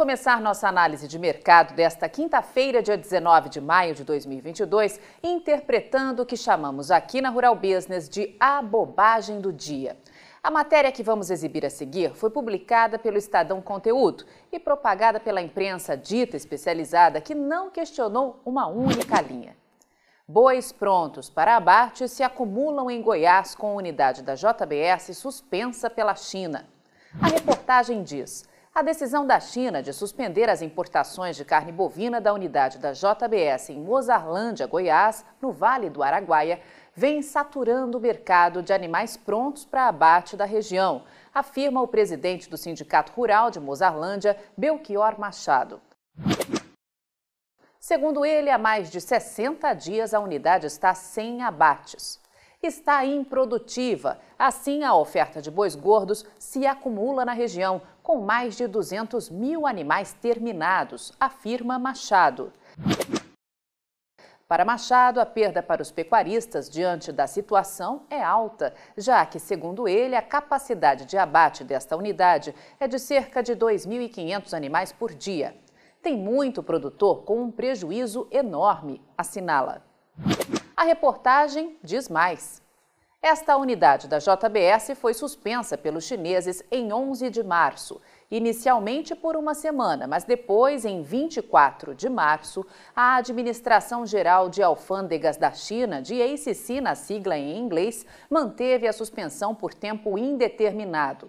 começar nossa análise de mercado desta quinta-feira, dia 19 de maio de 2022, interpretando o que chamamos aqui na Rural Business de a bobagem do dia. A matéria que vamos exibir a seguir foi publicada pelo Estadão Conteúdo e propagada pela imprensa dita especializada que não questionou uma única linha. Bois prontos para abate se acumulam em Goiás com a unidade da JBS suspensa pela China. A reportagem diz: a decisão da China de suspender as importações de carne bovina da unidade da JBS em Mozarlândia, Goiás, no Vale do Araguaia, vem saturando o mercado de animais prontos para abate da região, afirma o presidente do Sindicato Rural de Mozarlândia, Belchior Machado. Segundo ele, há mais de 60 dias a unidade está sem abates. Está improdutiva. Assim, a oferta de bois gordos se acumula na região, com mais de 200 mil animais terminados, afirma Machado. Para Machado, a perda para os pecuaristas diante da situação é alta, já que, segundo ele, a capacidade de abate desta unidade é de cerca de 2.500 animais por dia. Tem muito produtor com um prejuízo enorme, assinala. A reportagem diz mais. Esta unidade da JBS foi suspensa pelos chineses em 11 de março, inicialmente por uma semana, mas depois, em 24 de março, a Administração Geral de Alfândegas da China, de ACC na sigla em inglês, manteve a suspensão por tempo indeterminado.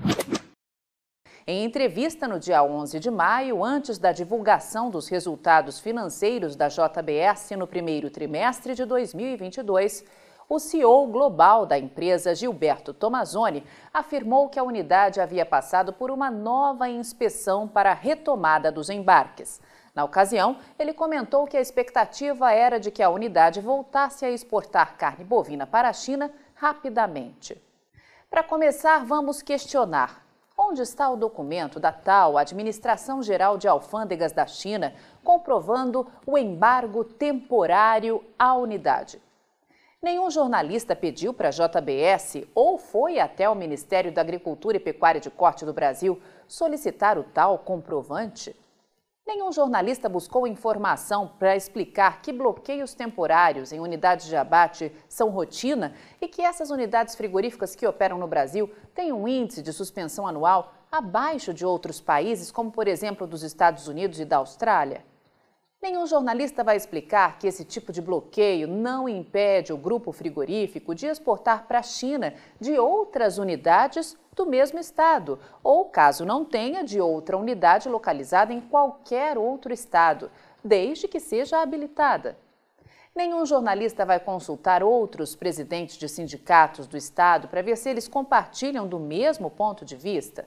Em entrevista no dia 11 de maio, antes da divulgação dos resultados financeiros da JBS no primeiro trimestre de 2022, o CEO global da empresa, Gilberto Tomazoni, afirmou que a unidade havia passado por uma nova inspeção para a retomada dos embarques. Na ocasião, ele comentou que a expectativa era de que a unidade voltasse a exportar carne bovina para a China rapidamente. Para começar, vamos questionar: onde está o documento da tal Administração Geral de Alfândegas da China comprovando o embargo temporário à unidade? Nenhum jornalista pediu para a JBS ou foi até o Ministério da Agricultura e Pecuária de Corte do Brasil solicitar o tal comprovante? Nenhum jornalista buscou informação para explicar que bloqueios temporários em unidades de abate são rotina e que essas unidades frigoríficas que operam no Brasil têm um índice de suspensão anual abaixo de outros países, como por exemplo dos Estados Unidos e da Austrália? Nenhum jornalista vai explicar que esse tipo de bloqueio não impede o grupo frigorífico de exportar para a China de outras unidades do mesmo estado, ou, caso não tenha, de outra unidade localizada em qualquer outro estado, desde que seja habilitada. Nenhum jornalista vai consultar outros presidentes de sindicatos do estado para ver se eles compartilham do mesmo ponto de vista.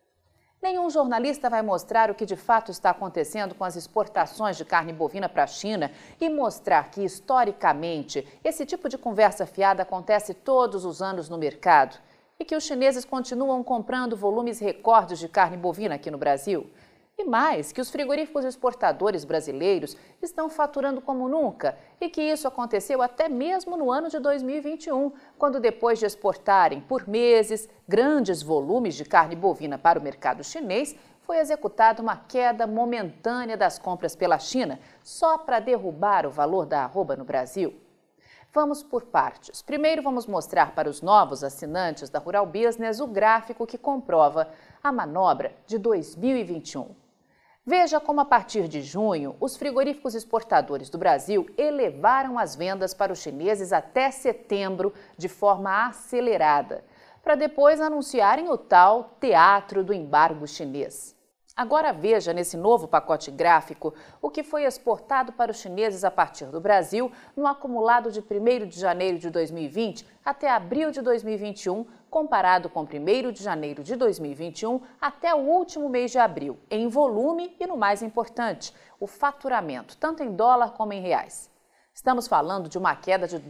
Nenhum jornalista vai mostrar o que de fato está acontecendo com as exportações de carne bovina para a China e mostrar que, historicamente, esse tipo de conversa fiada acontece todos os anos no mercado e que os chineses continuam comprando volumes recordes de carne bovina aqui no Brasil. E mais, que os frigoríficos exportadores brasileiros estão faturando como nunca e que isso aconteceu até mesmo no ano de 2021, quando depois de exportarem por meses grandes volumes de carne bovina para o mercado chinês, foi executada uma queda momentânea das compras pela China, só para derrubar o valor da arroba no Brasil. Vamos por partes. Primeiro vamos mostrar para os novos assinantes da Rural Business o gráfico que comprova a manobra de 2021. Veja como, a partir de junho, os frigoríficos exportadores do Brasil elevaram as vendas para os chineses até setembro de forma acelerada, para depois anunciarem o tal teatro do embargo chinês. Agora veja nesse novo pacote gráfico o que foi exportado para os chineses a partir do Brasil no acumulado de 1º de janeiro de 2020 até abril de 2021, comparado com 1º de janeiro de 2021 até o último mês de abril, em volume e, no mais importante, o faturamento, tanto em dólar como em reais. Estamos falando de uma queda de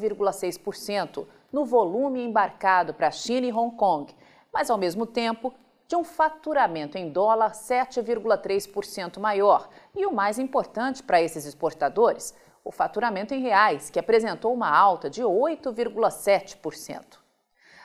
12,6% no volume embarcado para a China e Hong Kong, mas, ao mesmo tempo, de um faturamento em dólar 7,3% maior e, o mais importante para esses exportadores, o faturamento em reais, que apresentou uma alta de 8,7%.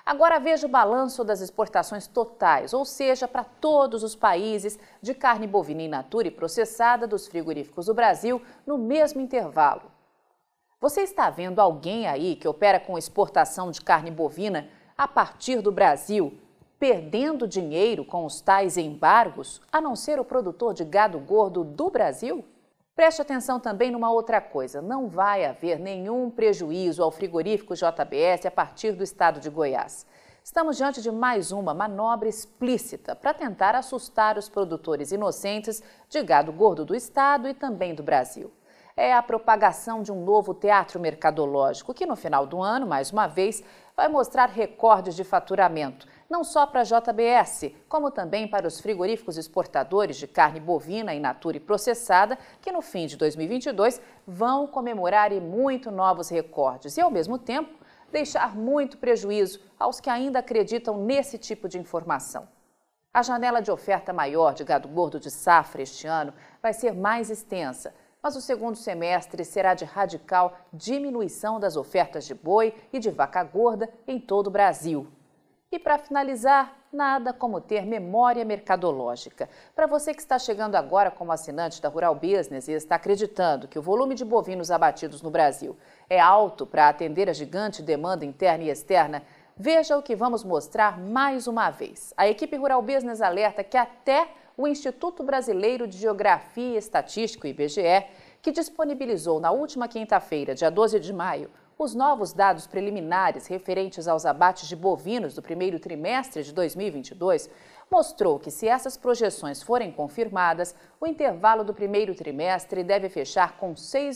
Agora veja o balanço das exportações totais, ou seja, para todos os países, de carne bovina in natura e processada dos frigoríficos do Brasil no mesmo intervalo. Você está vendo alguém aí que opera com exportação de carne bovina a partir do Brasil, perdendo dinheiro com os tais embargos, a não ser o produtor de gado gordo do Brasil? Preste atenção também numa outra coisa, não vai haver nenhum prejuízo ao frigorífico JBS a partir do estado de Goiás. Estamos diante de mais uma manobra explícita para tentar assustar os produtores inocentes de gado gordo do estado e também do Brasil. É a propagação de um novo teatro mercadológico que no final do ano, mais uma vez, vai mostrar recordes de faturamento, não só para a JBS, como também para os frigoríficos exportadores de carne bovina in natura e processada, que no fim de 2022 vão comemorar e muito novos recordes e, ao mesmo tempo, deixar muito prejuízo aos que ainda acreditam nesse tipo de informação. A janela de oferta maior de gado gordo de safra este ano vai ser mais extensa, mas o segundo semestre será de radical diminuição das ofertas de boi e de vaca gorda em todo o Brasil. E para finalizar, nada como ter memória mercadológica. Para você que está chegando agora como assinante da Rural Business e está acreditando que o volume de bovinos abatidos no Brasil é alto para atender a gigante demanda interna e externa, veja o que vamos mostrar mais uma vez. A equipe Rural Business alerta que até o Instituto Brasileiro de Geografia e Estatística, IBGE, que disponibilizou na última quinta-feira, dia 12 de maio, os novos dados preliminares referentes aos abates de bovinos do primeiro trimestre de 2022, mostrou que, se essas projeções forem confirmadas, o intervalo do primeiro trimestre deve fechar com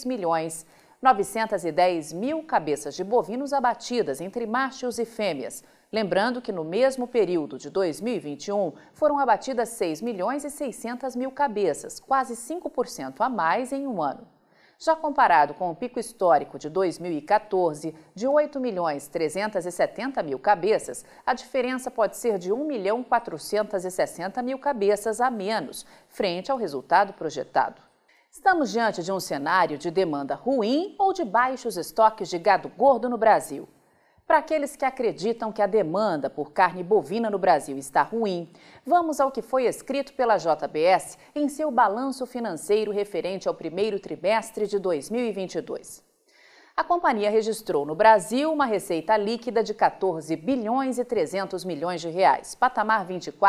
6.910.000 cabeças de bovinos abatidas entre machos e fêmeas. Lembrando que no mesmo período de 2021 foram abatidas 6.600.000 cabeças, quase 5% a mais em um ano. Já comparado com o pico histórico de 2014, de 8.370.000 cabeças, a diferença pode ser de 1.460.000 cabeças a menos, frente ao resultado projetado. Estamos diante de um cenário de demanda ruim ou de baixos estoques de gado gordo no Brasil? Para aqueles que acreditam que a demanda por carne bovina no Brasil está ruim, vamos ao que foi escrito pela JBS em seu balanço financeiro referente ao primeiro trimestre de 2022. A companhia registrou no Brasil uma receita líquida de 14 bilhões e 300 milhões de reais, patamar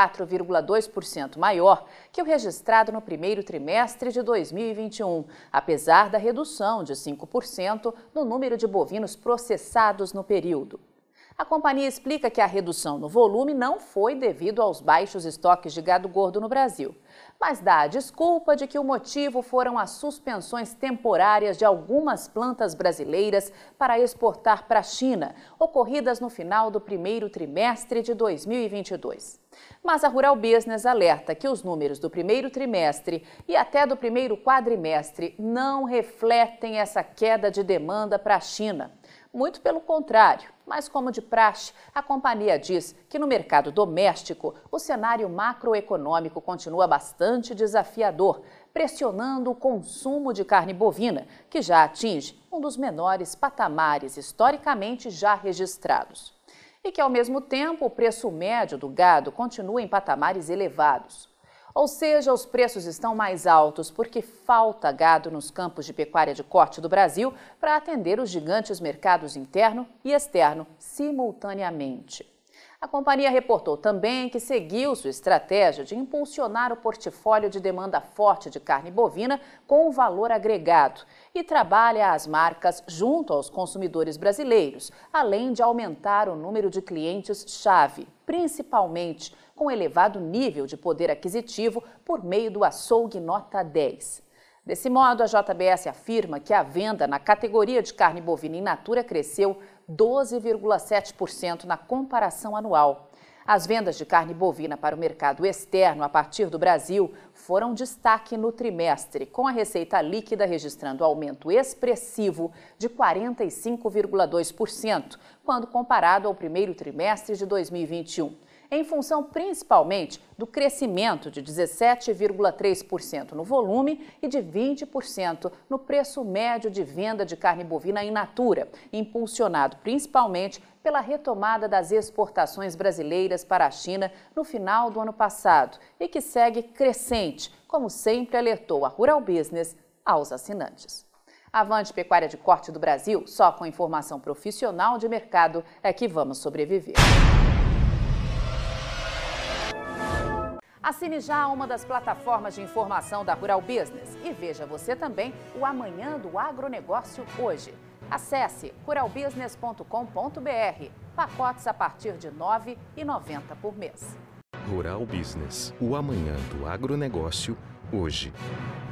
24,2% maior que o registrado no primeiro trimestre de 2021, apesar da redução de 5% no número de bovinos processados no período. A companhia explica que a redução no volume não foi devido aos baixos estoques de gado gordo no Brasil, mas dá a desculpa de que o motivo foram as suspensões temporárias de algumas plantas brasileiras para exportar para a China, ocorridas no final do primeiro trimestre de 2022. Mas a Rural Business alerta que os números do primeiro trimestre e até do primeiro quadrimestre não refletem essa queda de demanda para a China. Muito pelo contrário, mas como de praxe, a companhia diz que no mercado doméstico o cenário macroeconômico continua bastante desafiador, pressionando o consumo de carne bovina, que já atinge um dos menores patamares historicamente já registrados. E que, ao mesmo tempo, o preço médio do gado continua em patamares elevados. Ou seja, os preços estão mais altos porque falta gado nos campos de pecuária de corte do Brasil para atender os gigantes mercados interno e externo simultaneamente. A companhia reportou também que seguiu sua estratégia de impulsionar o portfólio de demanda forte de carne bovina com o valor agregado e trabalha as marcas junto aos consumidores brasileiros, além de aumentar o número de clientes-chave, principalmente com elevado nível de poder aquisitivo por meio do açougue Nota 10. Desse modo, a JBS afirma que a venda na categoria de carne bovina in natura cresceu 12,7% na comparação anual. As vendas de carne bovina para o mercado externo a partir do Brasil foram destaque no trimestre, com a receita líquida registrando aumento expressivo de 45,2%, quando comparado ao primeiro trimestre de 2021. em função principalmente do crescimento de 17,3% no volume e de 20% no preço médio de venda de carne bovina in natura, impulsionado principalmente pela retomada das exportações brasileiras para a China no final do ano passado e que segue crescente, como sempre alertou a Rural Business aos assinantes. Avante Pecuária de Corte do Brasil, só com informação profissional de mercado é que vamos sobreviver. Assine já uma das plataformas de informação da Rural Business e veja você também o Amanhã do Agronegócio hoje. Acesse ruralbusiness.com.br. Pacotes a partir de R$ 9,90 por mês. Rural Business, o Amanhã do Agronegócio hoje.